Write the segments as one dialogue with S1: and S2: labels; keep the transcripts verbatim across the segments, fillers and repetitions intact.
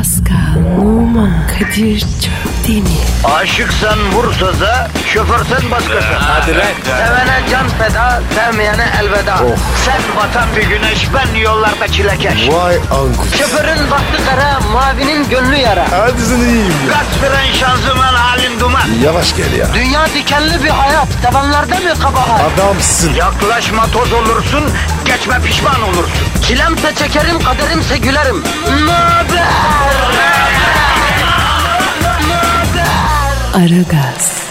S1: Pascal, Oman, Kadir çok değil mi?
S2: Aşıksan vursa da, şoförsen başkasın.
S3: Hadi lan.
S2: Sevene can feda, sevmeyene elveda.
S3: Oh.
S2: Sen batan bir güneş, ben yollarda çilekeş.
S3: Vay anku.
S2: Şoförün baktı kara, mavinin gönlü yara.
S3: Hadi sen iyiyim ya.
S2: Kasperen şanzıman halin duman.
S3: Yavaş gel ya.
S2: Dünya dikenli bir hayat, sevenlerde mi kabahar?
S3: Adamsın.
S2: Yaklaşma toz olursun, geçme pişman olursun. Çilemse çekerim, kaderimse gülerim. Möber!
S1: Aragaz.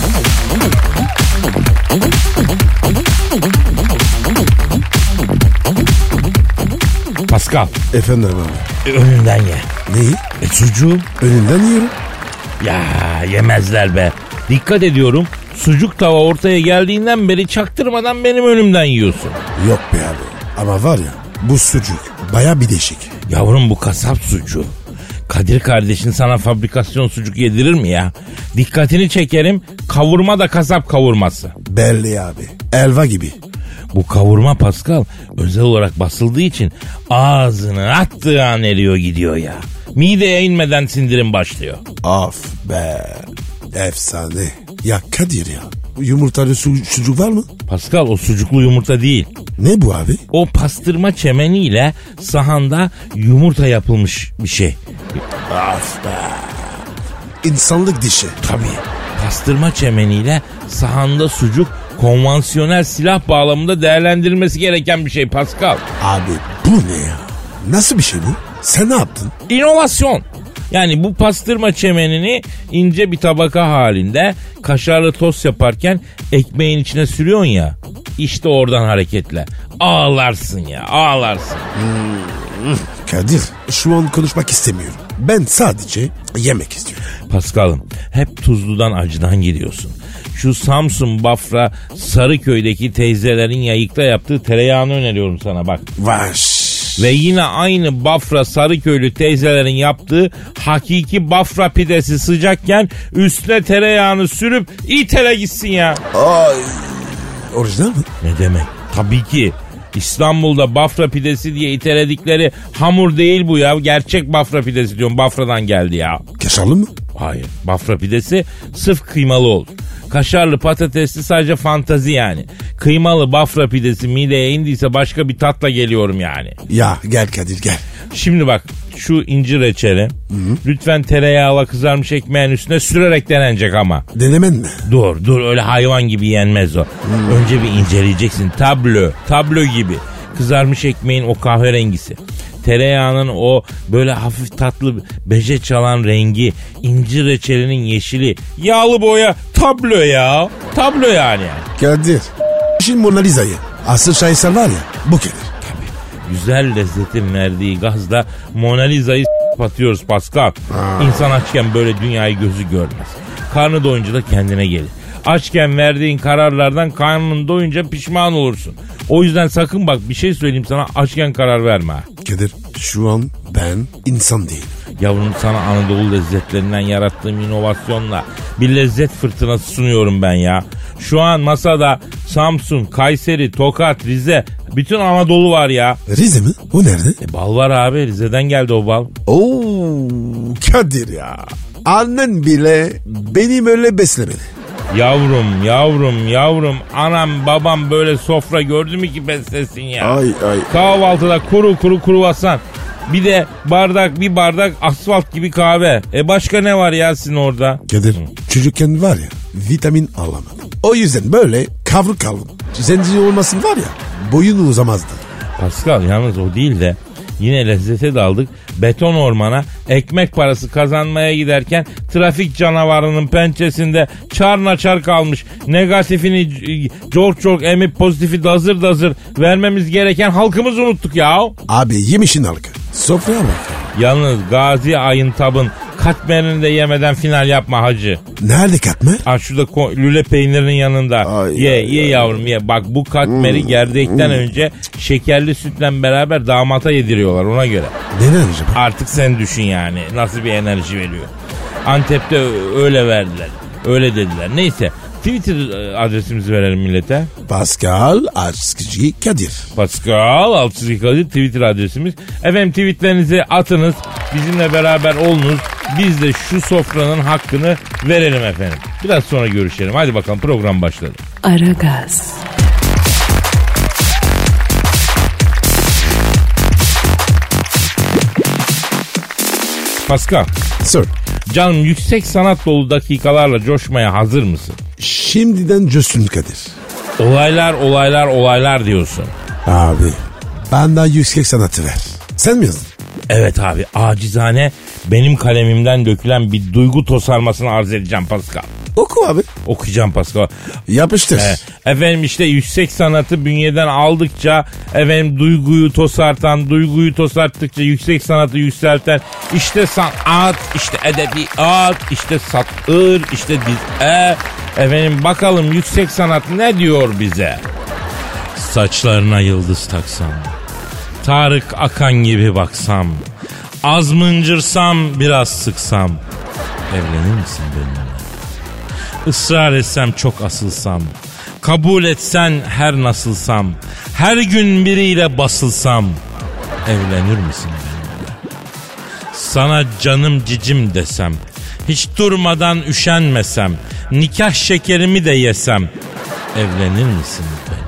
S4: Pascal,
S3: Efendim abi.
S4: önünden ye.
S3: Neyi?
S4: E sucuğu.
S3: Önünden yiyorum.
S4: Ya yemezler be. Dikkat ediyorum. Sucuk tava ortaya geldiğinden beri çaktırmadan benim önümden yiyorsun.
S3: Yok be abi. Ama var ya, bu sucuk baya bir değişik.
S4: Yavrum bu kasap sucuğu. Kadir kardeşin sana fabrikasyon sucuk yedirir mi ya? Dikkatini çekerim. Kavurma da kasap kavurması.
S3: Belli abi. Elva gibi.
S4: Bu kavurma Pascal özel olarak basıldığı için ağzını attığı an eriyor gidiyor ya. Mideye inmeden sindirim başlıyor.
S3: Af be. Efsane. Ya Kadir ya. Yumurtalı su, sucuk var mı?
S4: Pascal o sucuklu yumurta değil.
S3: Ne bu abi?
S4: O pastırma çemeniyle sahanda yumurta yapılmış bir şey.
S3: Af be. İnsanlık dişi.
S4: Tabii. Pastırma çemeniyle sahanda sucuk konvansiyonel silah bağlamında değerlendirilmesi gereken bir şey Pascal.
S3: Abi bu ne ya? Nasıl bir şey bu? Sen ne yaptın?
S4: İnovasyon. Yani bu pastırma çemenini ince bir tabaka halinde kaşarlı tost yaparken ekmeğin içine sürüyorsun ya. İşte oradan hareketle. Ağlarsın ya, ağlarsın.
S3: Hmm. Kadir, şu an konuşmak istemiyorum. Ben sadece yemek istiyorum.
S4: Paskal'ım, hep tuzludan acıdan gidiyorsun. Şu Samsun, Bafra, Sarıköy'deki teyzelerin yayıkta yaptığı tereyağını öneriyorum sana bak.
S3: Vaş.
S4: Ve yine aynı Bafra Sarıköylü teyzelerin yaptığı hakiki Bafra pidesi sıcakken üstüne tereyağını sürüp itele gitsin ya.
S3: Ay. Orijinal mi?
S4: Ne demek? Tabii ki. İstanbul'da Bafra pidesi diye iteledikleri hamur değil bu ya. Gerçek Bafra pidesi diyorum. Bafra'dan geldi ya.
S3: Kaşarlı mı?
S4: Hayır. Bafra pidesi sırf kıymalı olur. Kaşarlı patatesli sadece fantazi yani. Kıymalı Bafra pidesi mideye indiyse başka bir tatla geliyorum yani.
S3: Ya gel Kadir gel.
S4: Şimdi bak şu incir reçeli Hı-hı. lütfen tereyağla kızarmış ekmeğin üstüne sürerek denenecek ama.
S3: Denemen mi?
S4: Dur dur öyle hayvan gibi yenmez o. Hmm. Önce bir inceleyeceksin tablo tablo gibi. Kızarmış ekmeğin o kahverengisi. Tereyağının o böyle hafif tatlı beje çalan rengi, incir reçelinin yeşili, yağlı boya tablo ya. Tablo yani.
S3: Kadir. Şimdi Mona Lisa'yı. Asıl şaheser var ya bu Kadir.
S4: Güzel lezzetin verdiği gazla Mona Lisa'yı atıyoruz Pascal. Ha. İnsan açken böyle dünyayı gözü görmez. Karnı doyunca da kendine gelir. Açken verdiğin kararlardan karnın doyunca pişman olursun. O yüzden sakın bak bir şey söyleyeyim sana, açken karar verme.
S3: Kadir şu an ben insan değilim.
S4: Yavrum sana Anadolu lezzetlerinden yarattığım inovasyonla bir lezzet fırtınası sunuyorum ben ya. Şu an masada Samsun, Kayseri, Tokat, Rize, bütün Anadolu var ya.
S3: Rize mi? O nerede?
S4: E, bal var abi, Rize'den geldi o bal.
S3: Oo Kadir ya. Annen bile beni böyle beslemedi.
S4: Yavrum yavrum yavrum anam babam böyle sofra gördü mü ki beslesin ya.
S3: Ay ay.
S4: Kahvaltıda kuru kuru kruvasan. Bir de bardak bir bardak asfalt gibi kahve. E başka ne var ya sizin orada?
S3: Kadir çocukken var ya vitamin alamadım. O yüzden böyle kavruk kaldım. Zenci olmasın var ya boyun uzamazdı.
S4: Pascal yalnız o değil de yine lezzete daldık. Beton ormana ekmek parası kazanmaya giderken trafik canavarının pençesinde çarna çar kalmış. Negatifini çok çok emip pozitifi dazır dazır vermemiz gereken halkımızı unuttuk ya.
S3: Abi yemişin halkı. Sofraya bak.
S4: Yalnız Gazi Ayıntab'ın katmerini de yemeden final yapma hacı.
S3: Nerede katmer?
S4: Ha şurada ko- lüle peynirinin yanında.
S3: Ay
S4: ye
S3: ay
S4: ye
S3: ay.
S4: yavrum ye. Bak bu katmeri hmm. gerdekten hmm. önce şekerli sütle beraber damata yediriyorlar ona göre.
S3: Neden acaba?
S4: Artık sen düşün yani nasıl bir enerji veriyor. Antep'te öyle verdiler. Öyle dediler. Neyse Twitter adresimizi verelim millete.
S3: Pascal Askizgi Kadir.
S4: Pascal Askizgi Kadir Twitter adresimiz. Efendim tweetlerinizi atınız. Bizimle beraber olunuz. Biz de şu sofranın hakkını verelim efendim. Biraz sonra görüşelim. Hadi bakalım, program başladı.
S1: Aragaz.
S4: Pascal.
S3: Sir.
S4: Canım, yüksek sanat dolu dakikalarla coşmaya hazır mısın?
S3: Şimdiden coşsun Kadir.
S4: Olaylar olaylar olaylar diyorsun.
S3: Abi bana yüksek sanatı ver. Sen mi yazdın?
S4: Evet abi, acizane benim kalemimden dökülen bir duygu tosarmasını arz edeceğim Pascal.
S3: Oku abi.
S4: Okuyacağım Pascal.
S3: Yapıştır.
S4: Ee, efendim işte yüksek sanatı bünyeden aldıkça, efendim duyguyu tosartan, duyguyu tosarttıkça yüksek sanatı yükselten, işte sanat, işte edebiyat, işte satır, işte diz'e. Efendim bakalım yüksek sanat ne diyor bize? Saçlarına yıldız taksam, Tarık Akan gibi baksam, az mıncırsam biraz sıksam, evlenir misin benimle? Israr etsem çok asılsam, kabul etsen her nasılsam, her gün biriyle basılsam, evlenir misin benimle? Sana canım cicim desem, hiç durmadan üşenmesem, nikah şekerimi de yesem, evlenir misin benimle?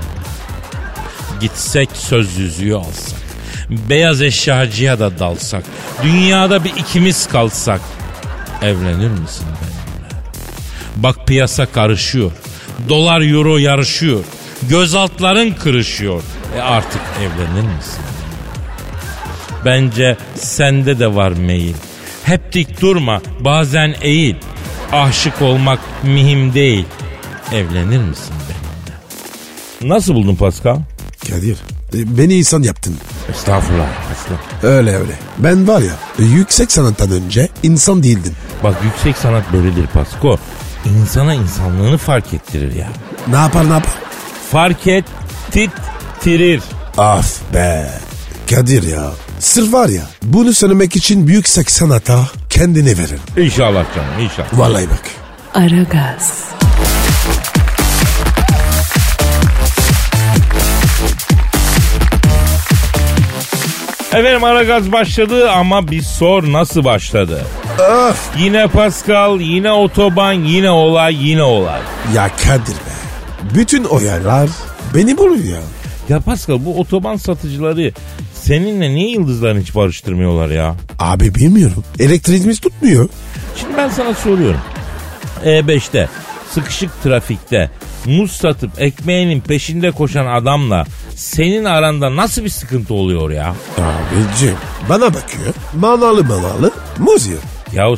S4: Gitsek söz yüzüğü alsak, beyaz eşyacıya da dalsak, dünyada bir ikimiz kalsak, evlenir misin benimle? Bak piyasa karışıyor, dolar euro yarışıyor, göz altların kırışıyor, e artık evlenir misin? Bence sende de var meyil, hep dik durma, bazen eğil, aşık olmak mühim değil, evlenir misin benimle? Nasıl buldun Pascal?
S3: Kadir beni insan yaptın.
S4: Estağfurullah Pascal.
S3: Öyle öyle. Ben var ya yüksek sanattan önce insan değildim.
S4: Bak yüksek sanat böyledir Pasko. İnsana insanlığını fark ettirir ya.
S3: Ne yapar ne yapar?
S4: Fark ettirir.
S3: Af be. Kadir ya. Sırf var ya bunu söylemek için büyük sanata kendini verir.
S4: İnşallah canım, inşallah.
S3: Vallahi bak.
S1: Aragaz.
S4: Efendim Aragaz başladı ama bir sor nasıl başladı?
S3: Öf.
S4: Yine Pascal, yine otoban, yine olay, yine olay.
S3: Ya Kadir be. Bütün olaylar beni buluyor ya.
S4: Ya Pascal, bu otoban satıcıları seninle niye yıldızlarını hiç barıştırmıyorlar ya?
S3: Abi bilmiyorum. Elektriğimiz tutmuyor.
S4: Şimdi ben sana soruyorum. E beşte sıkışık trafikte muz satıp ekmeğinin peşinde koşan adamla senin aranda nasıl bir sıkıntı oluyor ya?
S3: Abicim bana bakıyor. Manalı manalı muz yiyor.
S4: Ya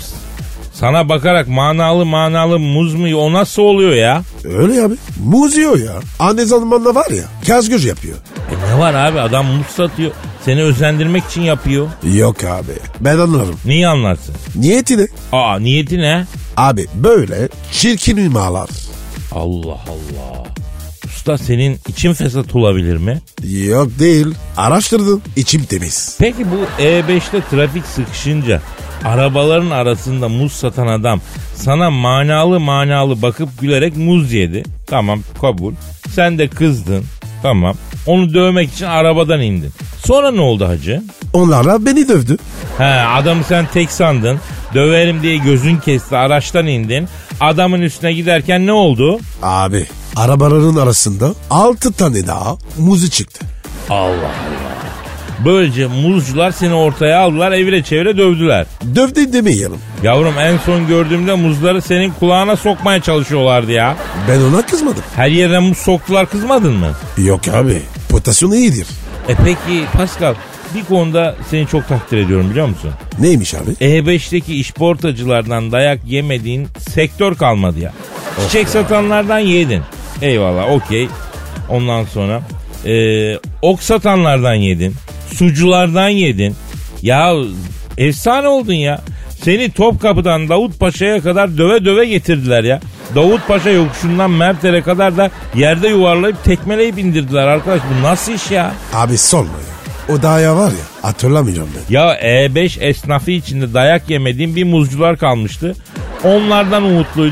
S4: sana bakarak manalı manalı muz mu, o nasıl oluyor ya?
S3: Öyle abi. Muz yiyor ya. Anne zamanında var ya. Kaz göz yapıyor.
S4: E ne var abi, adam muz satıyor. Seni özendirmek için yapıyor.
S3: Yok abi. Ben anlarım.
S4: Niye anlarsın?
S3: Niyeti ne?
S4: Aa, niyeti ne?
S3: Abi böyle çirkin imalar.
S4: Allah Allah. Usta, senin için fesat olabilir mi?
S3: Yok değil. Araştırdım. İçim temiz.
S4: Peki bu E beşte trafik sıkışınca arabaların arasında muz satan adam sana manalı manalı bakıp gülerek muz yedi. Tamam, kabul. Sen de kızdın. Tamam. Onu dövmek için arabadan indin. Sonra ne oldu hacı?
S3: Onlarla beni dövdü.
S4: He, adamı sen tek sandın. Döverim diye gözün kesti, araçtan indin. Adamın üstüne giderken ne oldu?
S3: Abi arabaların arasında altı tane daha muzu çıktı.
S4: Allah Allah. Böylece muzcular seni ortaya aldılar, evire çevire dövdüler.
S3: Dövdü demeyelim.
S4: Yavrum, en son gördüğümde muzları senin kulağına sokmaya çalışıyorlardı ya.
S3: Ben ona kızmadım.
S4: Her yerden muz soktular, kızmadın mı?
S3: Yok abi. Potasyonu iyidir.
S4: E peki Pascal, bir konuda seni çok takdir ediyorum, biliyor musun?
S3: Neymiş abi?
S4: E beşteki işportacılardan dayak yemediğin sektör kalmadı ya. Çiçek ya. Satanlardan yedin. Eyvallah, okey. Ondan sonra e, ok satanlardan yedin. Suculardan yedin. Ya efsane oldun ya. Seni Topkapı'dan Davutpaşa'ya kadar döve döve getirdiler ya. Davutpaşa yokuşundan Mert'e kadar da yerde yuvarlayıp tekmeleyip indirdiler arkadaş. Bu nasıl iş ya?
S3: Abi sorma ya. O dayağı var ya, hatırlamayacağım ben.
S4: Ya E beş esnafı içinde dayak yemediğim bir muzcular kalmıştı. Onlardan umutluydum.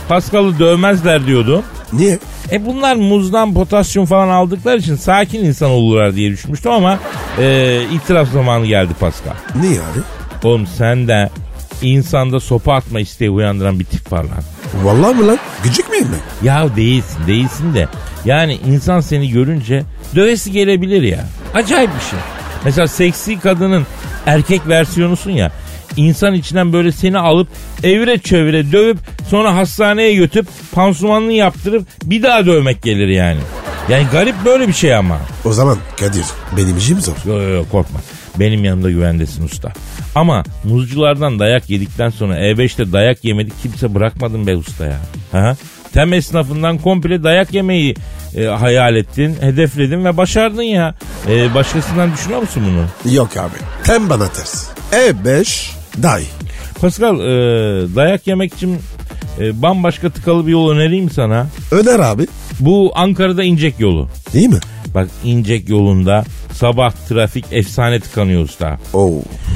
S4: Pascal'ı dövmezler diyordu.
S3: Niye?
S4: E bunlar muzdan potasyum falan aldıkları için sakin insan olurlar diye düşünmüştüm ama e, itiraf zamanı geldi Pascal.
S3: Niye abi?
S4: Oğlum sen de insanda sopa atma isteği uyandıran bir tip var lan.
S3: Vallahi mi lan? Gıcık mıyım ben?
S4: Ya değilsin değilsin de yani insan seni görünce dövesi gelebilir ya. Acayip bir şey. Mesela seksi kadının erkek versiyonusun ya. İnsan içinden böyle seni alıp evire çevire dövüp sonra hastaneye götürüp pansumanını yaptırıp bir daha dövmek gelir yani. Yani garip böyle bir şey ama.
S3: O zaman Kadir benim işim zor.
S4: Yok yok yo, korkma. Benim yanımda güvendesin usta. Ama muzculardan dayak yedikten sonra E beşte dayak yemedik kimse bırakmadın be usta ya. Ha? Tem esnafından komple dayak yemeyi e, hayal ettin, hedefledin ve başardın ya. E, başkasından düşünüyor musun bunu?
S3: Yok abi. Tem bana ters. E beş day.
S4: Pascal e, dayak yemek için e, bambaşka tıkalı bir yol önereyim sana.
S3: Öner abi.
S4: Bu Ankara'da İncek yolu.
S3: Değil mi?
S4: Bak İncek yolunda sabah trafik efsane tıkanıyor usta.
S3: Oo.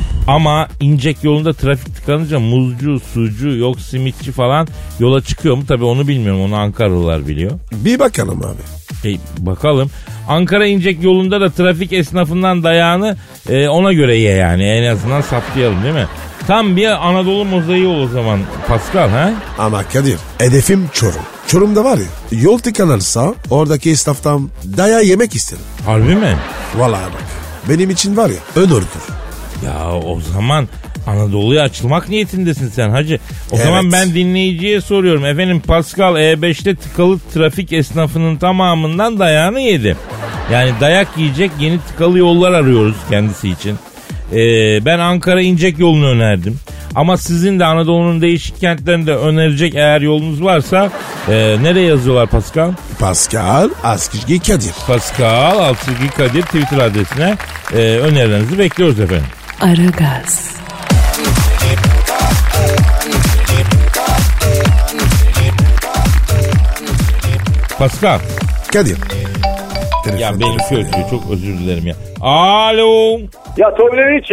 S4: Ama İncek yolunda trafik tıkanınca muzcu, sucu, yok simitçi falan yola çıkıyor mu? Tabii onu bilmiyorum. Onu Ankaralılar biliyor.
S3: Bir bakalım abi.
S4: E, bakalım. Ankara İncek yolunda da trafik esnafından dayağını e, ona göre ye yani. En azından saptayalım değil mi? Tam bir Anadolu mozaiği ol o zaman Pascal ha?
S3: Ama Kadir hedefim Çorum. Çorum'da var ya yol tıkanırsa oradaki esnaftan dayağı yemek isterim.
S4: Harbi mi?
S3: Vallahi bak benim için var ya önürdür.
S4: Ya o zaman Anadolu'ya açılmak niyetindesin sen hacı. O
S3: Evet.
S4: zaman ben dinleyiciye soruyorum. Efendim Pascal E beşte tıkalı trafik esnafının tamamından dayağını yedi. Yani dayak yiyecek yeni tıkalı yollar arıyoruz kendisi için. Ee, ben Ankara İncek yolunu önerdim. Ama sizin de Anadolu'nun değişik kentlerinde önerecek eğer yolunuz varsa e, nereye yazıyorlar Pascal?
S3: Pascal Askizgi Kadir.
S4: Pascal Askizgi Kadir Twitter adresine e, önerilerinizi bekliyoruz efendim.
S1: Aragaz.
S3: Kadir.
S4: Ya
S3: Telefon,
S4: benim
S3: telefon
S4: kötü
S3: ya.
S4: çok özür dilerim ya. Alo.
S5: Ya Toblevici,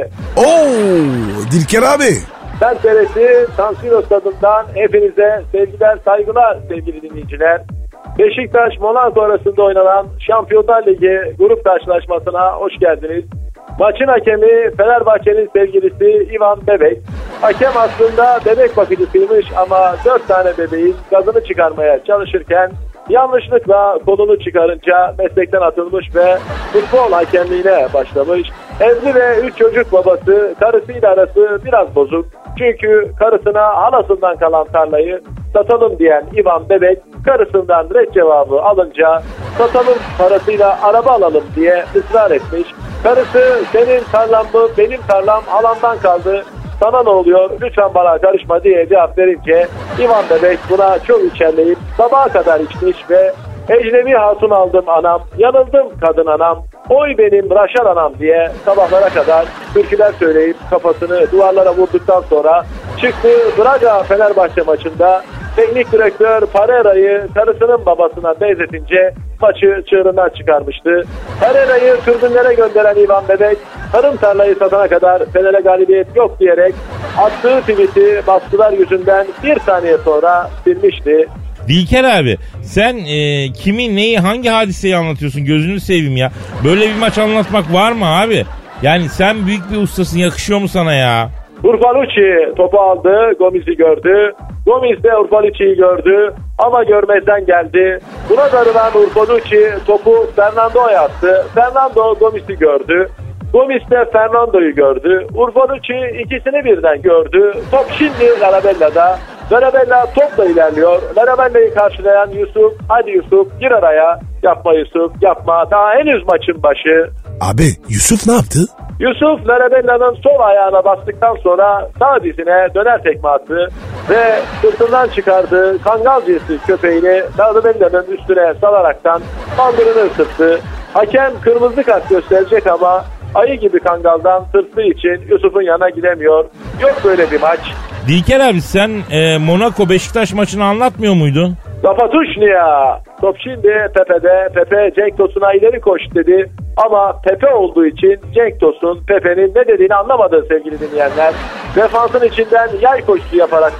S3: Oo, Dilker abi.
S5: ben Teresi, Tansiyon Stadı'ndan hepinize sevgiler, saygılar sevgili dinleyiciler. Beşiktaş Monaco arasında oynanan Şampiyonlar Ligi grup karşılaşmasına hoş geldiniz. Maçın hakemi Fenerbahçe'nin sevgilisi Ivan Bebek. Hakem aslında bebek bakıcısıymış ama dört tane bebeğin gazını çıkarmaya çalışırken yanlışlıkla kolunu çıkarınca meslekten atılmış ve futbol hakemliğine başlamış. Evli ve üç çocuk babası, karısıyla arası biraz bozuk. Çünkü karısına halasından kalan tarlayı satalım diyen Ivan Bebek karısından ret cevabı alınca satalım parasıyla araba alalım diye ısrar etmiş. Karısı senin tarlam mı benim tarlam halamdan kaldı. Sana ne oluyor lütfen bana karışma diye cevap verince Ivan Bebek buna çok içerleyip sabaha kadar içmiş ve ecnebi hatun aldım anam, yanıldım kadın anam, oy benim Raşan anam diye sabahlara kadar türküler söyleyip kafasını duvarlara vurduktan sonra çıktı Braga Fenerbahçe maçında teknik direktör Pereira'yı karısının babasına benzetince maçı çığırından çıkarmıştı. Pereira'yı tribünlere gönderen Ivan Bebek tarım tarlayı satana kadar Fener'e galibiyet yok diyerek attığı tweet'i baskılar yüzünden bir saniye sonra silmişti.
S4: Dilker abi sen e, kimi neyi hangi hadiseyi anlatıyorsun gözünü seveyim ya. Böyle bir maç anlatmak var mı abi? Yani sen büyük bir ustasın yakışıyor mu sana ya?
S5: Urfalucci topu aldı, Gomez'i gördü. Gomez de Urfalucci'yi gördü ama görmezden geldi. Buna darılan Urfalucci topu Fernando'ya attı. Fernando Gomez'i gördü. Gomez de Fernando'yu gördü. Urfalucci ikisini birden gördü. Top şimdi Larabella'da. Larabella topla ilerliyor. Larabella'yı karşılayan Yusuf. Hadi Yusuf gir araya. Yapma Yusuf yapma. Daha henüz maçın başı.
S3: Abi Yusuf ne yaptı?
S5: Yusuf Larabella'nın sol ayağına bastıktan sonra sağ dizine döner tekme attı ve sırtından çıkardığı kangal cinsi köpeğini Larabella'nın üstüne salaraktan kaldırını ısıttı. Hakem kırmızı kart gösterecek ama ayı gibi kangaldan tırstığı için Yusuf'un yanına gidemiyor. Yok böyle bir maç.
S4: Dilker abi sen e, Monaco Beşiktaş maçını anlatmıyor muydun?
S5: Zapatuşnia. Top şimdi Pepe'de. Pepe Cenk Tosun'a ileri koş dedi. Ama Pepe olduğu için Cenk Tosun Pepe'nin ne dediğini anlamadı sevgili dinleyenler. Defansın içinden yay koşusu yaparaktan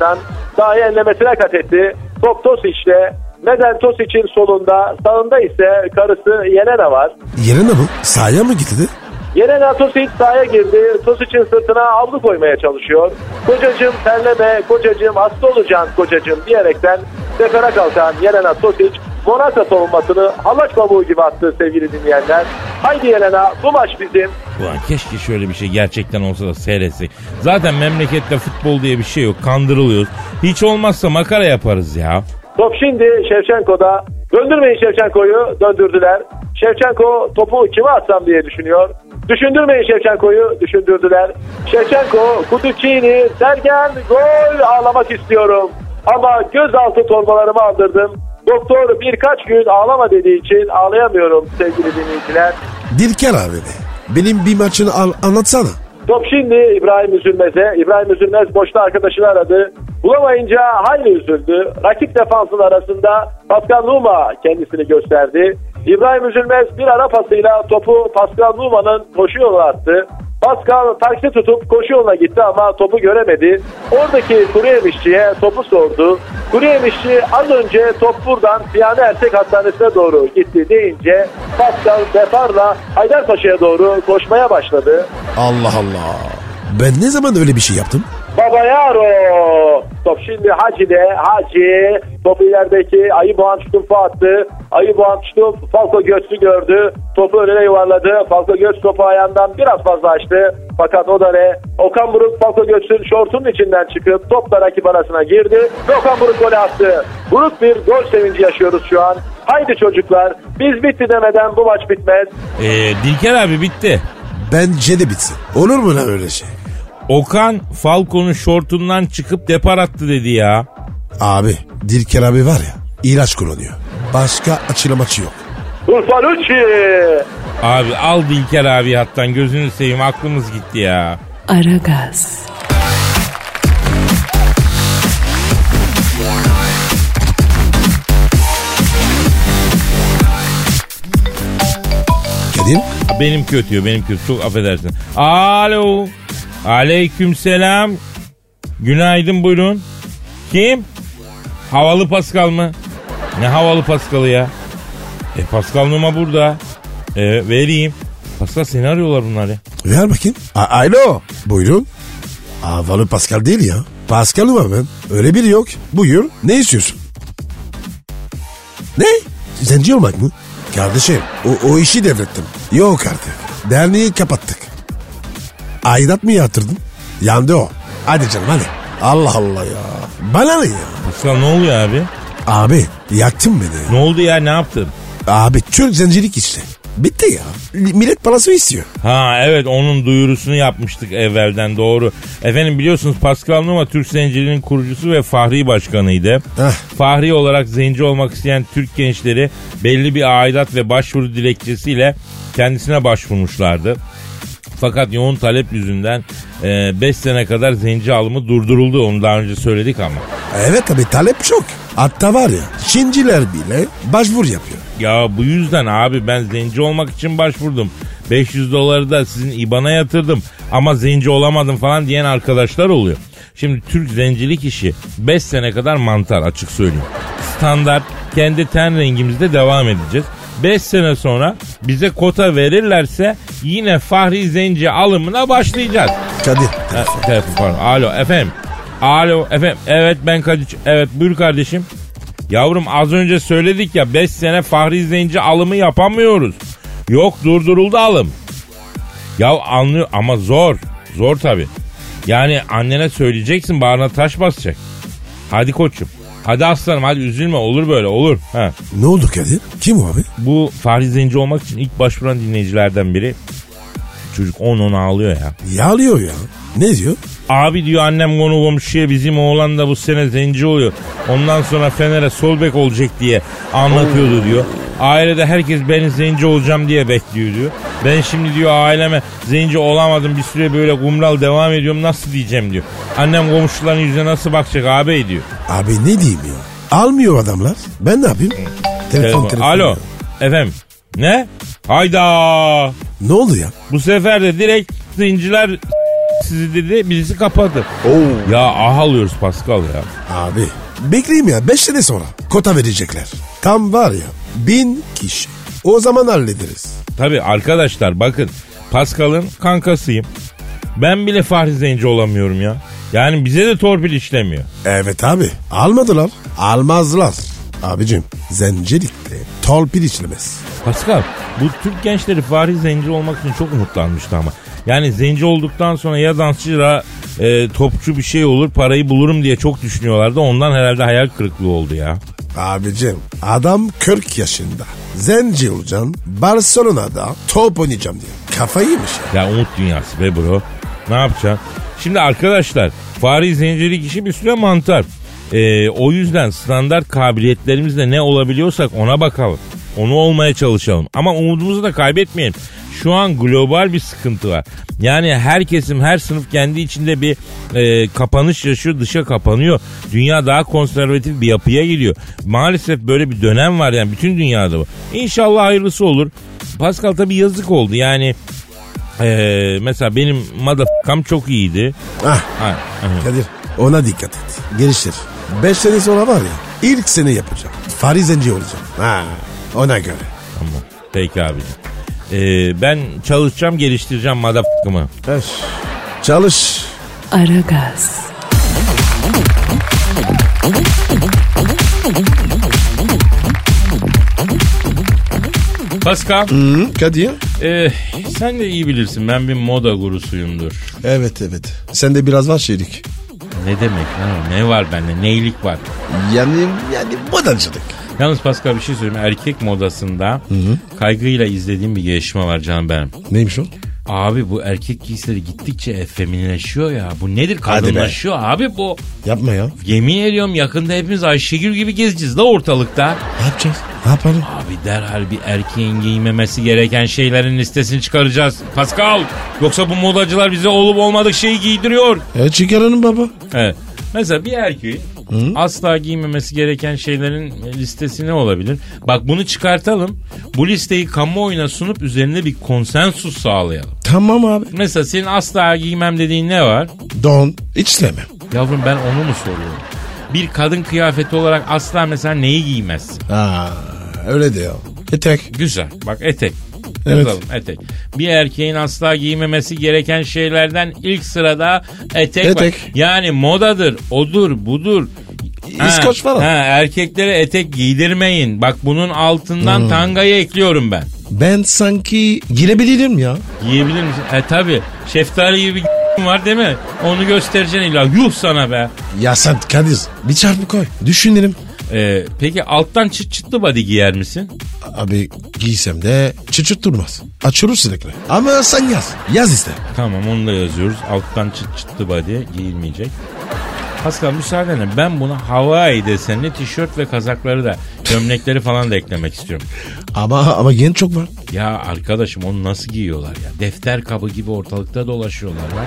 S5: sahaya enlemesine kat etti. Top Tosic'te. Meden Tosic'in solunda, sağında ise karısı Yelena var.
S3: Yelena mı? Sahaya mı gitti?
S5: Yelena Tosic sahaya girdi. Tosic'in sırtına havlu koymaya çalışıyor. Kocacığım terleme, kocacığım hasta olacaksın kocacığım diyerekten sefere kalkan Yelena Tosic Morata savunmasını hallaç pamuğu gibi attı sevgili dinleyenler. Haydi Yelena, bu maç bizim.
S4: Ulan keşke şöyle bir şey gerçekten olsa da seyretsek. Zaten memlekette futbol diye bir şey yok. Kandırılıyoruz. Hiç olmazsa makara yaparız ya.
S5: Top şimdi Şevçenko'da. Döndürmeyin Şevçenko'yu. Döndürdüler. Şevçenko topu kime atsam diye düşünüyor. Düşündürmeyin Şevçenko'yu. Düşündürdüler. Şevçenko, Kutucini, Sergen, gol, ağlamak istiyorum. Ama gözaltı torbalarımı aldırdım. Doktor birkaç gün ağlama dediği için ağlayamıyorum sevgili dinleyiciler.
S3: Dilker abi be. Benim bir maçını al, anlatsana.
S5: Top şimdi İbrahim Üzülmez'e. İbrahim Üzülmez boşta arkadaşını aradı. Bulamayınca hayli üzüldü. Rakip defansın arasında Pascal Numa kendisini gösterdi. İbrahim Üzülmez bir ara pasıyla topu Pascal Numa'nın koşu yoluna attı. Pascal taksi tutup koşu yoluna gitti ama topu göremedi. Oradaki kuru yemişçiye topu sordu. Kuru yemişçi az önce top buradan Piyade Ersek Hastanesi'ne doğru gitti deyince Pascal defarla Haydarpaşa'ya doğru koşmaya başladı.
S3: Allah Allah. Ben ne zaman öyle bir şey yaptım?
S5: Babayaro. Top şimdi Hacı'de. Hacı topu ilerideki Ayı Boğan Çutumfu attı. Ayı Boğan Çutumf Falco Göç'ü gördü. Topu önüne yuvarladı. Falco Göç topu ayağından biraz fazla açtı. Fakat o da ne? Okan Buruk Falco Göç'ün şortunun içinden çıkıp topla rakip arasına girdi. Ve Okan Buruk golü attı. Buruk bir gol sevinci yaşıyoruz şu an. Haydi çocuklar. Biz bitti demeden bu maç bitmez.
S4: Ee, Dilker abi bitti.
S3: Bence de bitsin. Olur mu lan öyle şey?
S4: Okan Falco'nun şortundan çıkıp depar attı dedi ya.
S3: Abi Dilker abi var ya ilaç kullanıyor. Başka açılamaçı yok.
S5: Urfalucci.
S4: Abi al Dilker abi hattan gözünü seveyim aklımız gitti ya.
S1: Aragaz.
S3: Kadir?
S4: Benim kötü benim kötü çok affedersin. Alo. Aleykümselam. Günaydın buyurun. Kim? Havalı Pascal mı? Ne havalı Pascal'ı ya? E Pascal Numa burada. E vereyim. Pascal seni arıyorlar bunlar ya.
S3: Ver bakayım. A- Alo. Buyurun. Havalı Pascal değil ya. Pascal var ben. Öyle biri yok. Buyur. Ne istiyorsun? Ne? Zenci olmak mı? Kardeşim o, o işi devrettim. Yok artık. Derneği kapattık. Aidat mı yatırdın? Yandı o. Hadi canım hadi. Allah Allah ya. Bana ne ya?
S4: Pascal ne oluyor abi?
S3: Abi yaktın beni.
S4: Ne oldu ya ne yaptın?
S3: Abi Türk zencilik işte. Bitti ya. Millet parası istiyor.
S4: Ha evet onun duyurusunu yapmıştık evvelden doğru. Efendim biliyorsunuz Pascal Numa Türk Zenciliğinin kurucusu ve Fahri Başkanıydı.
S3: Heh.
S4: Fahri olarak zenci olmak isteyen Türk gençleri belli bir aidat ve başvuru dilekçesiyle kendisine başvurmuşlardı. Fakat yoğun talep yüzünden beş e, sene kadar zenci alımı durduruldu. Onu daha önce söyledik ama.
S3: Evet tabii talep çok. Hatta var ya Çinciler bile başvur yapıyor.
S4: Ya bu yüzden abi ben zenci olmak için başvurdum. beş yüz doları da sizin İ B A N''a yatırdım. Ama zenci olamadım falan diyen arkadaşlar oluyor. Şimdi Türk zencilik işi beş sene kadar mantar açık söyleyeyim. Standart kendi ten rengimizde devam edeceğiz. beş sene sonra bize kota verirlerse yine Fahri Zenci alımına başlayacağız.
S3: Kadir.
S4: Ha, telefon pardon. Alo efendim. Alo efendim. Evet ben Kadir. Evet buyur kardeşim. Yavrum az önce söyledik ya beş sene Fahri Zenci alımı yapamıyoruz. Yok durduruldu alım. Ya anlıyor ama zor. Zor tabii. Yani annene söyleyeceksin bağrına taş basacak. Hadi koçum. Hadi aslanım hadi üzülme olur böyle olur. Ha.
S3: Ne oldu Kadir? Kim o abi?
S4: Bu Fahri Zenci olmak için ilk başvuran dinleyicilerden biri. Çocuk on on ağlıyor ya.
S3: Yağlıyor ya. Ne diyor?
S4: Abi diyor annem konu komşuya bizim oğlan da bu sene zenci oluyor. Ondan sonra Fener'e sol bek olacak diye anlatıyordu diyor. Ailede herkes ben zenci olacağım diye bekliyor diyor. Ben şimdi diyor aileme zenci olamadım bir süre böyle kumral devam ediyorum nasıl diyeceğim diyor. Annem komşuların yüzüne nasıl bakacak ağabey diyor.
S3: Abi ne diyeyim ya? Almıyor adamlar. Ben ne yapayım? Telefon, telefon.
S4: Alo
S3: ya.
S4: efendim. Ne? Hayda.
S3: Ne oldu ya?
S4: Bu sefer de direkt zenciler sizi dedi, birisi kapadı.
S3: Oo.
S4: Ya ah alıyoruz Pascal ya.
S3: Abi bekleyeyim ya beş sene sonra kota verecekler. Tam var ya bin kişi. O zaman hallederiz.
S4: Tabii arkadaşlar bakın, Pascal'ın kankasıyım. Ben bile Fahri Zenci olamıyorum ya. Yani bize de torpil işlemiyor.
S3: Evet abi almadılar. Almazlar. Abicim zencilikte torpil işlemez.
S4: Pascal, bu Türk gençleri Fahri Zenci olmak için çok umutlanmıştı ama. Yani zenci olduktan sonra ya dansçı ya e, topçu bir şey olur, parayı bulurum diye çok düşünüyorlardı. Ondan herhalde hayal kırıklığı oldu ya.
S3: Abicim adam kırk yaşında. Zenci olacaksın. Barcelona'da top oynayacağım diyor. Kafayı yemiş ya.
S4: Ya umut dünyası be bro. Ne yapacaksın? Şimdi arkadaşlar, Fahri Zencilik işi bir süre mantar. Ee, o yüzden standart kabiliyetlerimizle ne olabiliyorsak ona bakalım. Onu olmaya çalışalım. Ama umudumuzu da kaybetmeyelim. Şu an global bir sıkıntı var. Yani her kesim, her sınıf kendi içinde bir e, kapanış yaşıyor, dışa kapanıyor. Dünya daha konservatif bir yapıya gidiyor. Maalesef böyle bir dönem var yani bütün dünyada bu. İnşallah hayırlısı olur. Pascal tabii yazık oldu yani. Ee, mesela benim motherfuck'am çok iyiydi.
S3: Ah,
S4: ha,
S3: Kadir ona dikkat et. Geliştir. Beş sene sonra var ya ilk sene yapacağım. Fahri Zenci olacağım. Ha, ona göre.
S4: Tamam. Peki abicim. Ee, ben çalışacağım, geliştireceğim motherfuck'ımı.
S3: Öf. Çalış.
S1: Aragaz.
S4: Pascal.
S3: Hı, Kadir.
S4: E, sen de iyi bilirsin, ben bir moda gurusuyumdur.
S3: Evet evet. Sende biraz var şeylik.
S4: Ne demek lan? Ne var bende? Neylik var?
S3: Yani yani modacılık.
S4: Yalnız Pascal bir şey söyleyeyim. Erkek modasında hı hı. kaygıyla izlediğim bir gelişme var canım benim.
S3: Neymiş o?
S4: Abi bu erkek giysileri gittikçe efeminleşiyor ya. Bu nedir? Kadınlaşıyor abi bu.
S3: Yapma ya.
S4: Yemin ediyorum yakında hepimiz Ayşegül gibi gezeceğiz la ortalıkta.
S3: Ne yapacağız? Ne yapalım?
S4: Abi derhal bir erkeğin giymemesi gereken şeylerin listesini çıkaracağız. Pascal. Yoksa bu modacılar bize olup olmadık şeyi giydiriyor.
S3: E çıkaralım baba.
S4: Evet. Mesela bir erkeğin Hı? asla giymemesi gereken şeylerin listesi ne olabilir? Bak bunu çıkartalım. Bu listeyi kamuoyuna sunup üzerinde bir konsensus sağlayalım.
S3: Tamam abi.
S4: Mesela senin asla giymem dediğin ne var?
S3: Don. Hiç sevmem.
S4: Yavrum ben onu mu soruyorum? Bir kadın kıyafeti olarak asla mesela neyi giymezsin?
S3: Aa, öyle de ya. Etek.
S4: Güzel. Bak etek.
S3: Evet.
S4: Yazalım etek. Bir erkeğin asla giymemesi gereken şeylerden ilk sırada etek,
S3: etek.
S4: var. Yani modadır, odur, budur.
S3: İskoç falan.
S4: Ha, erkeklere etek giydirmeyin. Bak bunun altından hmm. tangayı ekliyorum ben.
S3: Ben sanki girebilirim ya.
S4: Giyebilir misin? E tabi. Şeftali gibi bir var değil mi? Onu göstereceksin illa. Yuh sana be.
S3: Ya sen Kadir bir çarpı koy. Düşünelim.
S4: Ee, peki alttan çıt çıtlı body giyer misin?
S3: Abi giysem de çıt çıt durmaz. Açılır sürekli. Ama sen yaz. Yaz işte.
S4: Tamam onu da yazıyoruz. Alttan çıt çıtlı body giyilmeyecek. Pascal müsaadenle ben buna Hawaii desenli tişört ve kazakları da gömlekleri falan da eklemek istiyorum.
S3: Ama ama genç çok var.
S4: Ya arkadaşım onu nasıl giyiyorlar ya? Defter kabı gibi ortalıkta dolaşıyorlar. Var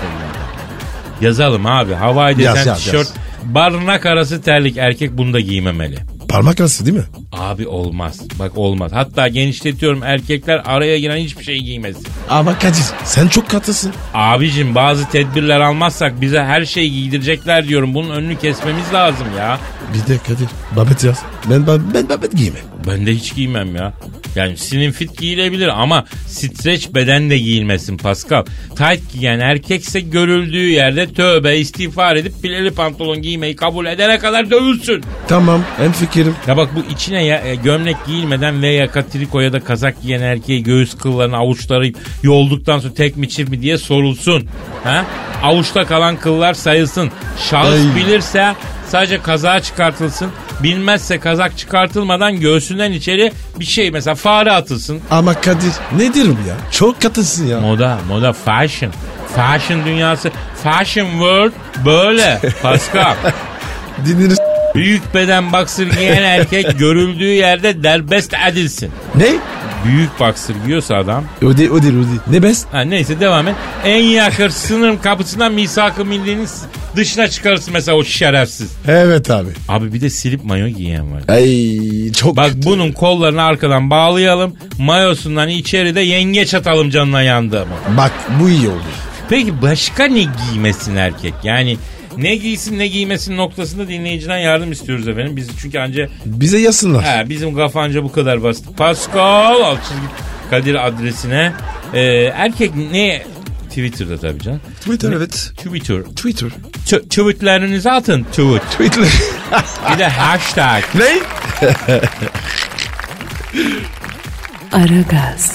S4: yazalım abi. Hawaii desen yaz, yaz, tişört. Yaz. Barınak arası terlik, erkek bunu da giymemeli.
S3: Parmak arası değil mi?
S4: Abi olmaz. Bak olmaz. Hatta genişletiyorum, erkekler araya giren hiçbir şey giymesin.
S3: Ama Kadir sen çok katısın.
S4: Abicim bazı tedbirler almazsak bize her şeyi giydirecekler diyorum. Bunun önünü kesmemiz lazım ya.
S3: Bir de Kadir babet yaz. Ben, ben, ben babet giymem.
S4: Ben de hiç giymem ya. Yani slim fit giyilebilir ama streç beden de giyilmesin Pascal. Tight giyen erkekse görüldüğü yerde tövbe istiğfar edip pileli pantolon giymeyi kabul edene kadar dövülsün.
S3: Tamam en fikrim.
S4: Ya bak bu içine ya, e, gömlek giyilmeden ve yaka triko ya da kazak giyen erkeği göğüs kıllarını avuçları yolduktan sonra tek mi çift mi diye sorulsun. Ha? Avuçta kalan kıllar sayılsın. Şahıs Ay. bilirse sadece kazağı çıkartılsın. Bilmezse kazak çıkartılmadan göğsünden içeri bir şey mesela fare atılsın.
S3: Ama Kadir nedir bu ya? Çok katısın ya.
S4: Moda, moda, fashion. Fashion dünyası, fashion world böyle Pascal.
S3: Dinleriz.
S4: Büyük beden boxer giyen erkek görüldüğü yerde derbest edilsin.
S3: Ne?
S4: Büyük boxer giyiyorsa adam.
S3: O değil, o değil, o değil. Ne best?
S4: Ha, neyse devam et. En yakın sınır kapısından misak-ı millinin dışına çıkarırsın mesela o şerefsiz.
S3: Evet abi.
S4: Abi bir de silip mayo giyen var.
S3: Ay çok
S4: Bak
S3: kötü.
S4: Bunun kollarını arkadan bağlayalım. Mayosundan içeride yengeç atalım canına yandı ama.
S3: Bak bu iyi oldu.
S4: Peki başka ne giymesin erkek? Yani ne giysin ne giymesin noktasında dinleyiciden yardım istiyoruz efendim. Biz çünkü anca...
S3: Bize yazsınlar.
S4: He, bizim kafanca bu kadar basit. Pascal alt çizgi Kadir adresine. Ee, erkek ne... Twitter'da tabii canım.
S3: Twitter evet.
S4: Twitter.
S3: Twitter.
S4: T- tweetlerinizi atın. Tweet.
S3: Twitter.
S4: Bir de hashtag.
S3: Ne?
S1: Aragaz.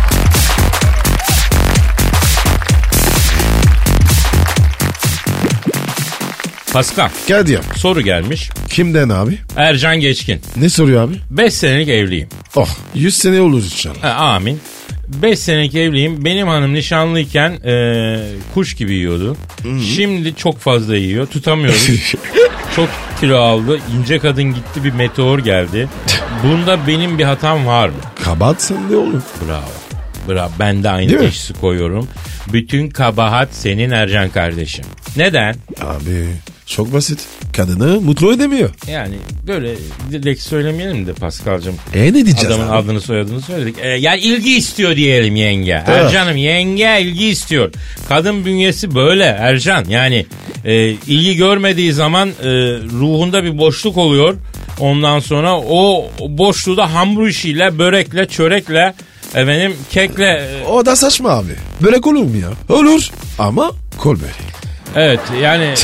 S4: Pascal.
S3: Kadir.
S4: Soru gelmiş.
S3: Kimden abi?
S4: Ercan Geçkin.
S3: Ne soruyor abi?
S4: beş senelik evliyim.
S3: Oh yüz sene olur inşallah.
S4: Ha, amin. beş senelik evliyim. Benim hanım nişanlıyken e, kuş gibi yiyordu. Hı-hı. Şimdi çok fazla yiyor. Tutamıyoruz. Çok kilo aldı. İnce kadın gitti, bir meteor geldi. Bunda benim bir hatam var mı?
S3: Kabahat sende olur.
S4: Bravo. Bravo. Ben de aynı
S3: Değil
S4: teşhisi koyuyorum. Bütün kabahat senin Ercan kardeşim. Neden?
S3: Abi çok basit. Kadını mutlu edemiyor.
S4: Yani böyle direkt söylemeyelim de Paskal'cığım.
S3: E ne diyeceğiz
S4: Adamın
S3: abi?
S4: adını soyadını söyledik. E, yani ilgi istiyor diyelim yenge. Evet. Ercan'ım yenge ilgi istiyor. Kadın bünyesi böyle Ercan. Yani e, ilgi görmediği zaman e, ruhunda bir boşluk oluyor. Ondan sonra o boşluğu da hamur işiyle, börekle, çörekle, efendim kekle. E,
S3: o da saçma abi. Börek olur mu ya? Olur ama kol böreği.
S4: Evet yani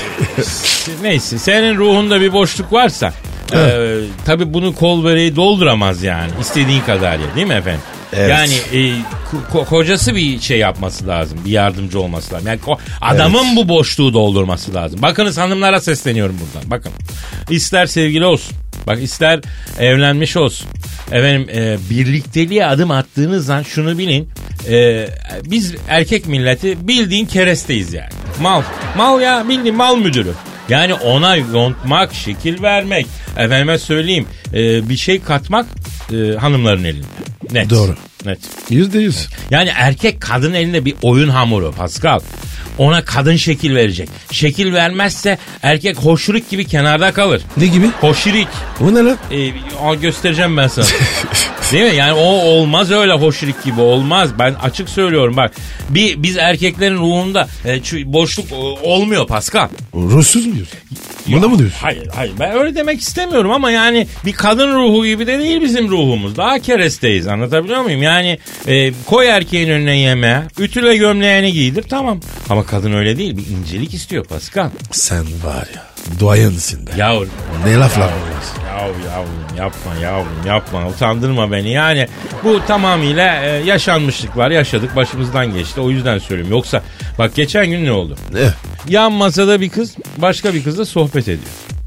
S4: neyse senin ruhunda bir boşluk varsa e, tabii bunu kol böreği dolduramaz yani istediğin kadar ya değil mi efendim? Evet. Yani e, ko- kocası bir şey yapması lazım, bir yardımcı olması lazım. Yani ko- adamın evet. bu boşluğu doldurması lazım. Bakınız hanımlara sesleniyorum buradan. Bakın ister sevgili olsun, bak ister evlenmiş olsun. Efendim e, birlikteliğe adım attığınız an şunu bilin. E, biz erkek milleti bildiğin keresteyiz yani. Mal. Mal ya bildiğin mal müdürü. Yani ona yontmak, şekil vermek, efendime söyleyeyim e, bir şey katmak e, hanımların elinde. Net.
S3: Doğru.
S4: Net.
S3: Yüzde yüz.
S4: Yani erkek kadın elinde bir oyun hamuru Pascal. Ona kadın şekil verecek. Şekil vermezse erkek hoşrik gibi kenarda kalır.
S3: Ne gibi?
S4: Hoşrik.
S3: O ne lan?
S4: Ee, göstereceğim ben sana. Değil mi? Yani o olmaz öyle hoşrik gibi olmaz. Ben açık söylüyorum bak. Bir, biz erkeklerin ruhunda e, boşluk olmuyor Pascal.
S3: Ruhsuz muyuz? Bunda mı diyorsun?
S4: Hayır hayır ben öyle demek istemiyorum ama yani bir kadın ruhu gibi de değil bizim ruhumuz. Daha keresteyiz anlatabiliyor muyum? Yani e, koy erkeğin önüne yemeğe, ütüle gömleğini giydir tamam. Ama kadın öyle değil bir incelik istiyor Pascal.
S3: Sen var ya duayensin be.
S4: Yavrum.
S3: Ne laflar?
S4: Yavrum yavrum yapma yavrum yapma utandırma beni. Yani bu tamamıyla e, yaşanmışlıklar yaşadık başımızdan geçti o yüzden söylüyorum. Yoksa bak geçen gün ne oldu?
S3: Ne?
S4: Yan masada bir kız başka bir kızla sohbet ediyor.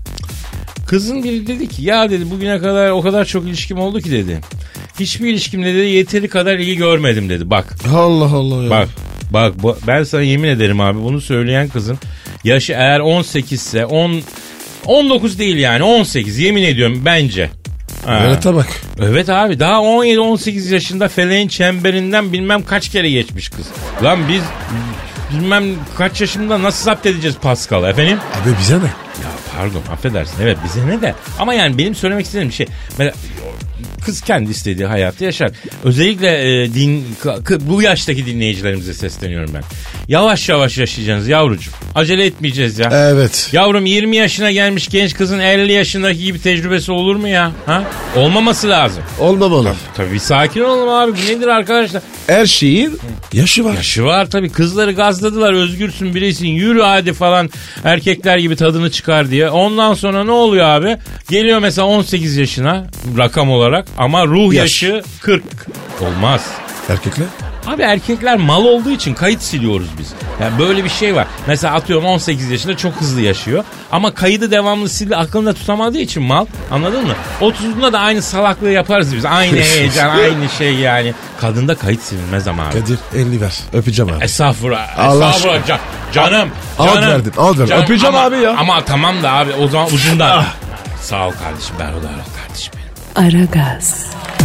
S4: Kızın biri dedi ki ya dedi bugüne kadar o kadar çok ilişkim oldu ki dedi. Hiçbir ilişkimde dedi yeteri kadar ilgi görmedim dedi bak.
S3: Allah Allah ya.
S4: Bak bak ben sana yemin ederim abi bunu söyleyen kızın yaşı eğer on sekiz ise on on dokuz değil yani on sekiz yemin ediyorum bence.
S3: Evet bak.
S4: Evet abi daha on yedi on sekiz yaşında feleğin çemberinden bilmem kaç kere geçmiş kız. Lan biz bilmem kaç yaşında nasıl zapt edeceğiz Pascal efendim?
S3: Abi bize ne?
S4: Ya pardon affedersin evet bize ne de ama yani benim söylemek istediğim bir şey. Mesela kız kendi istediği hayatı yaşar. Özellikle e, din k- bu yaştaki dinleyicilerimize sesleniyorum ben. Yavaş yavaş yaşayacaksınız yavrucuğum. Acele etmeyeceğiz ya.
S3: Evet.
S4: Yavrum yirmi yaşına gelmiş genç kızın elli yaşındaki gibi tecrübesi olur mu ya? Ha? Olmaması lazım.
S3: Olmamalı.
S4: Tabii, tabii sakin olalım abi. Bu nedir arkadaşlar?
S3: Her şeyin yaşı var.
S4: Yaşı var tabii. Kızları gazladılar. Özgürsün bireysin. Yürü hadi falan. Erkekler gibi tadını çıkar diye. Ondan sonra ne oluyor abi? Geliyor mesela on sekiz yaşına rakam olarak ama ruh
S3: Yaş.
S4: yaşı kırk. Olmaz.
S3: Erkekler?
S4: Abi erkekler mal olduğu için kayıt siliyoruz biz. Yani böyle bir şey var. Mesela atıyorum on sekiz yaşında çok hızlı yaşıyor. Ama kaydı devamlı sildi aklında tutamadığı için mal. Anladın mı? otuzunda da aynı salaklığı yaparız biz. Aynı heyecan aynı şey yani. Kadında kayıt silinmez ama abi.
S3: Kadir elli ver. Öpeceğim abi.
S4: Estağfurullah.
S3: Allah
S4: Estağfurullah. Can, canım.
S3: Al
S4: canım.
S3: verdin. Al verdin.
S4: Canım,
S3: Öpeceğim
S4: ama,
S3: abi ya.
S4: Ama tamam da abi o zaman ucundan. Sağ ol kardeşim. Berhudar ol kardeşim benim.
S1: Aragaz.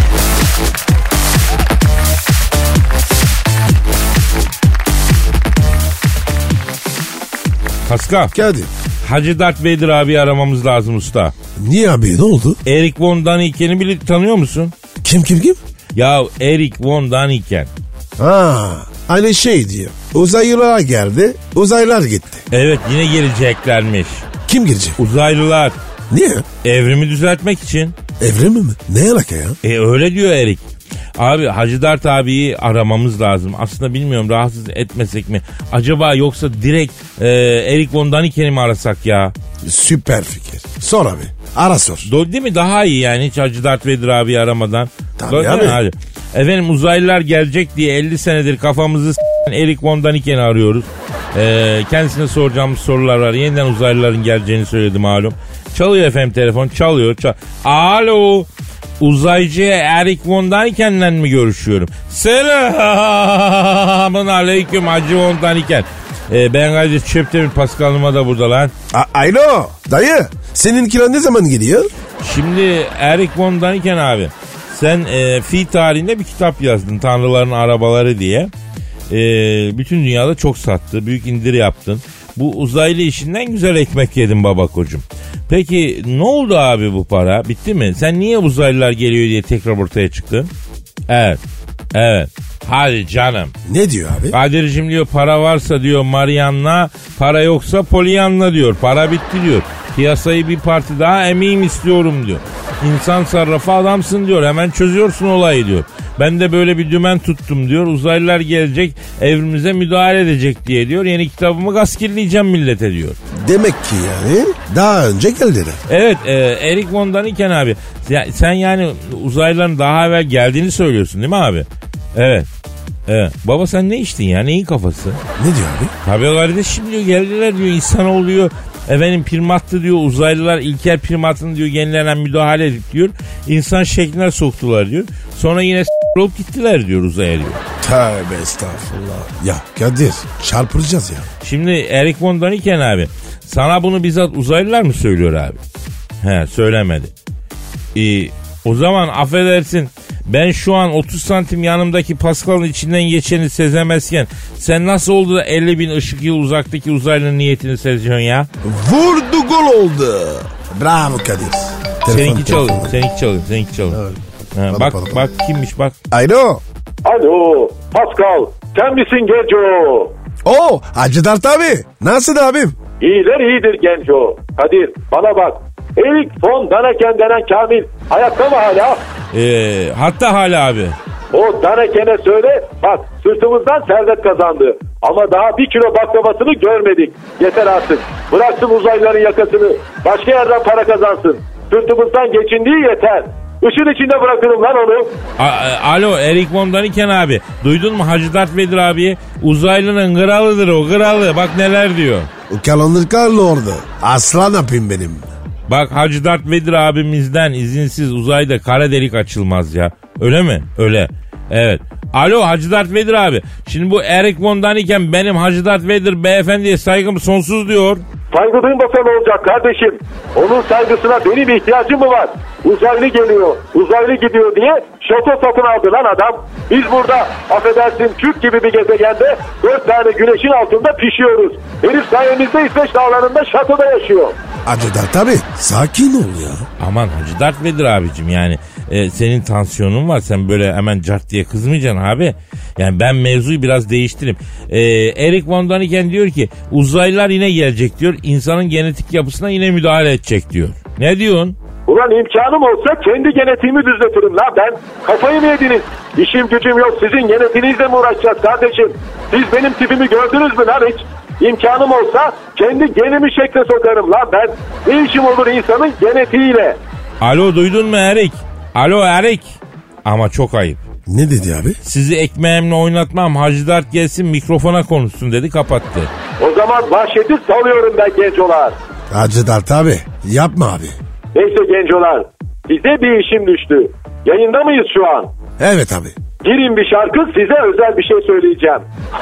S4: Pascal.
S3: Kadir.
S4: Hacı Darth Vader abi aramamız lazım usta.
S3: Niye abi ne oldu?
S4: Eric Von Daniken'i bile tanıyor musun?
S3: Kim kim kim?
S4: Ya Eric Von Daniken.
S3: Ha, aynı şey diyor. Uzaylılar geldi, uzaylılar gitti.
S4: Evet, yine geleceklermiş.
S3: Kim girecek?
S4: Uzaylılar.
S3: Niye?
S4: Evrimi düzeltmek için.
S3: Evrimi mi? Ne alaka ya?
S4: E öyle diyor Erik. Abi Hacı Dert abiyi aramamız lazım. Aslında bilmiyorum, rahatsız etmesek mi? Acaba yoksa direkt e, Erik Von Daniken'i mi arasak ya?
S3: Süper fikir. Sor abi. Ara sor.
S4: Do, değil mi? Daha iyi yani, hiç Hacı Dert Vedir abiyi aramadan.
S3: Tabii
S4: Do,
S3: abi.
S4: Hadi. Efendim, uzaylılar gelecek diye elli senedir kafamızı s***en Erik Von Daniken'i arıyoruz. E, kendisine soracağımız sorular var. Yeniden uzaylıların geleceğini söyledi malum. Çalıyor efendim telefon. Çalıyor. Çal Alo. Uzaycı Erik Von Daniken'le mi görüşüyorum? Selamun aleyküm Hacı Von Daniken. Ee, ben Kadir Çöptemir, Paskal'ıma da burada lan.
S3: A- Alo dayı. Seninkiler ne zaman geliyor?
S4: Şimdi Erik Von Daniken abi, sen e, fi tarihinde bir kitap yazdın, Tanrıların Arabaları diye. E, bütün dünyada çok sattı. Büyük indir yaptın. Bu uzaylı işinden güzel ekmek yedin babakocum. Peki ne oldu abi bu para? Bitti mi? Sen niye uzaylılar geliyor diye tekrar ortaya çıktın? Evet. Evet. Hadi canım.
S3: Ne diyor abi?
S4: Kadir'cim diyor, para varsa diyor Marianna, para yoksa Pollyanna diyor. Para bitti diyor. Piyasayı bir parti daha emeyim istiyorum diyor. İnsan sarrafı adamsın diyor. Hemen çözüyorsun olayı diyor. Ben de böyle bir dümen tuttum diyor. Uzaylılar gelecek, evrimize müdahale edecek diye diyor. Yeni kitabımı gaskilleyeceğim millete diyor.
S3: Demek ki yani daha önce geldiler.
S4: Evet, e, Erik Von Daniken abi. Ya, sen yani uzaylıların daha evvel geldiğini söylüyorsun değil mi abi? Evet. Evet. Baba sen ne içtin ya? Neyin kafası?
S3: Ne diyor abi?
S4: Tabii kardeşim diyor, geldiler diyor, insan oluyor. Efendim primattı diyor, uzaylılar ilkel primatın diyor genlerine müdahale edip diyor insan şekline soktular diyor. Sonra yine s*** olup gittiler diyor uzaya diyor.
S3: Tövbe estağfurullah. Ya Kadir çarpılacağız ya.
S4: Şimdi Erik Von Daniken abi, sana bunu bizzat uzaylılar mı söylüyor abi? He, söylemedi. Ee, o zaman affedersin, ben şu an otuz santim yanımdaki Pascal'ın içinden geçeni sezemezken sen nasıl oldu da elli bin ışık yıl uzaktaki uzaylının niyetini seziyorsun ya?
S3: Vurdu gol oldu. Bravo Kadir.
S4: Seninki çalıyor, seninki çalıyor, seninki çalıyor. Ha,
S3: Bana,
S4: bak
S3: bana, bana.
S4: bak kimmiş bak.
S3: Alo.
S5: Alo Pascal, sen misin Genco?
S3: Oo Hacı Dert abi. Nasılsın abim?
S5: İyiler iyidir Genco. Kadir bana bak. Erik Von Daniken denen Kamil hayatta mı hala?
S4: Ee, hatta hala abi.
S5: O Daniken'e söyle bak, sırtımızdan servet kazandı. Ama daha bir kilo baklavasını görmedik. Yeter artık. Bıraksın uzaylıların yakasını. Başka yerden para kazansın. Sırtımızdan geçindiği yeter. Işın içinde bırakırım lan onu.
S4: A- Alo Erik Von Daniken abi. Duydun mu Hacı Dert Vedir abi? Uzaylının kralıdır o, kralı. Bak neler diyor.
S3: Kalanlıklarla orada. Aslan yapayım benim.
S4: Bak Hacı Dert Vedir abimizden izinsiz uzayda kara delik açılmaz ya. Öyle mi? Öyle. Evet. Alo Hacı Dert Vedir abi. Şimdi bu Erik Von Daniken benim Hacı Dert Vedir beyefendiye saygım sonsuz diyor.
S5: Saygı duymasa ne olacak kardeşim? Onun saygısına benim ihtiyacım mı var? Uzaylı geliyor, uzaylı gidiyor diye şato satın aldı lan adam. Biz burada affedersin Türk gibi bir gezegende dört tane güneşin altında pişiyoruz. Herif sayemizde İsveç dağlarında şatoda yaşıyor.
S3: Hacı Dert abi sakin ol ya.
S4: Aman Hacı Dert Vedir abicim yani e, senin tansiyonun var, sen böyle hemen cart diye kızmayacaksın abi. Yani ben mevzuyu biraz değiştireyim. E, Erik Von Daniken diyor ki uzaylılar yine gelecek diyor, insanın genetik yapısına yine müdahale edecek diyor. Ne diyorsun?
S5: Ulan imkanım olsa kendi genetiğimi düzeltirim lan ben. Kafayı mı yediniz? İşim gücüm yok, sizin genetiğinizle mi uğraşacağız kardeşim? Siz benim tipimi gördünüz mü lan hiç? İmkanım olsa kendi genimi şekle sokarım lan ben. Ne işim olur insanın genetiğiyle?
S4: Alo duydun mu Erik? Alo Erik. Ama çok ayıp.
S3: Ne dedi abi?
S4: Sizi ekmeğimle oynatmam, Hacı Dert gelsin mikrofona konuşsun dedi, kapattı.
S5: O zaman vahşeti salıyorum ben gencolar.
S3: Hacı Dert abi yapma abi.
S5: Neyse gencolar, size bir işim düştü. Yayında mıyız şu an?
S3: Evet abi.
S5: Girin bir şarkı, size özel bir şey söyleyeceğim.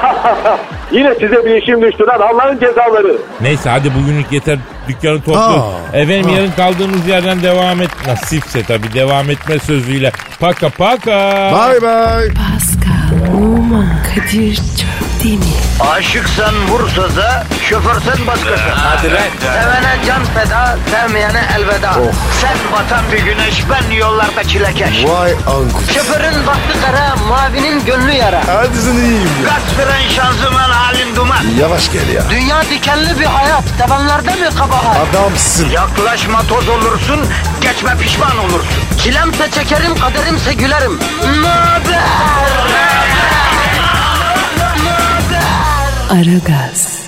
S5: Yine size bir işim düştü lan, Allah'ın cezaları.
S4: Neyse hadi bugünlük yeter, dükkanı topluyoruz.
S3: Aa,
S4: Efendim
S3: aa.
S4: yarın kaldığımız yerden devam et. Nasipse tabii devam etme sözüyle. Paka paka.
S3: Bye bye.
S1: Pascal, Oman, Kadir çok değil mi?
S2: Aşıksan vursa da, şoförsen başkasın.
S4: Hadi lan.
S2: Sevene can feda, sevmeyene elveda. Sen batan bir güneş, ben yollarda çilekeş.
S3: Vay anku.
S2: Şoförün baktı kara, mavinin gönlü yara.
S3: Hadi sen iyiyim ya.
S2: Kasperen şanzıman halin duman.
S3: Yavaş gel ya.
S2: Dünya dikenli bir hayat, sevenlerde mi kabahar?
S3: Adamsın.
S2: Yaklaşma toz olursun, geçme pişman olursun. Çilemse çekerim, kaderimse gülerim. Möber!
S1: Aragaz.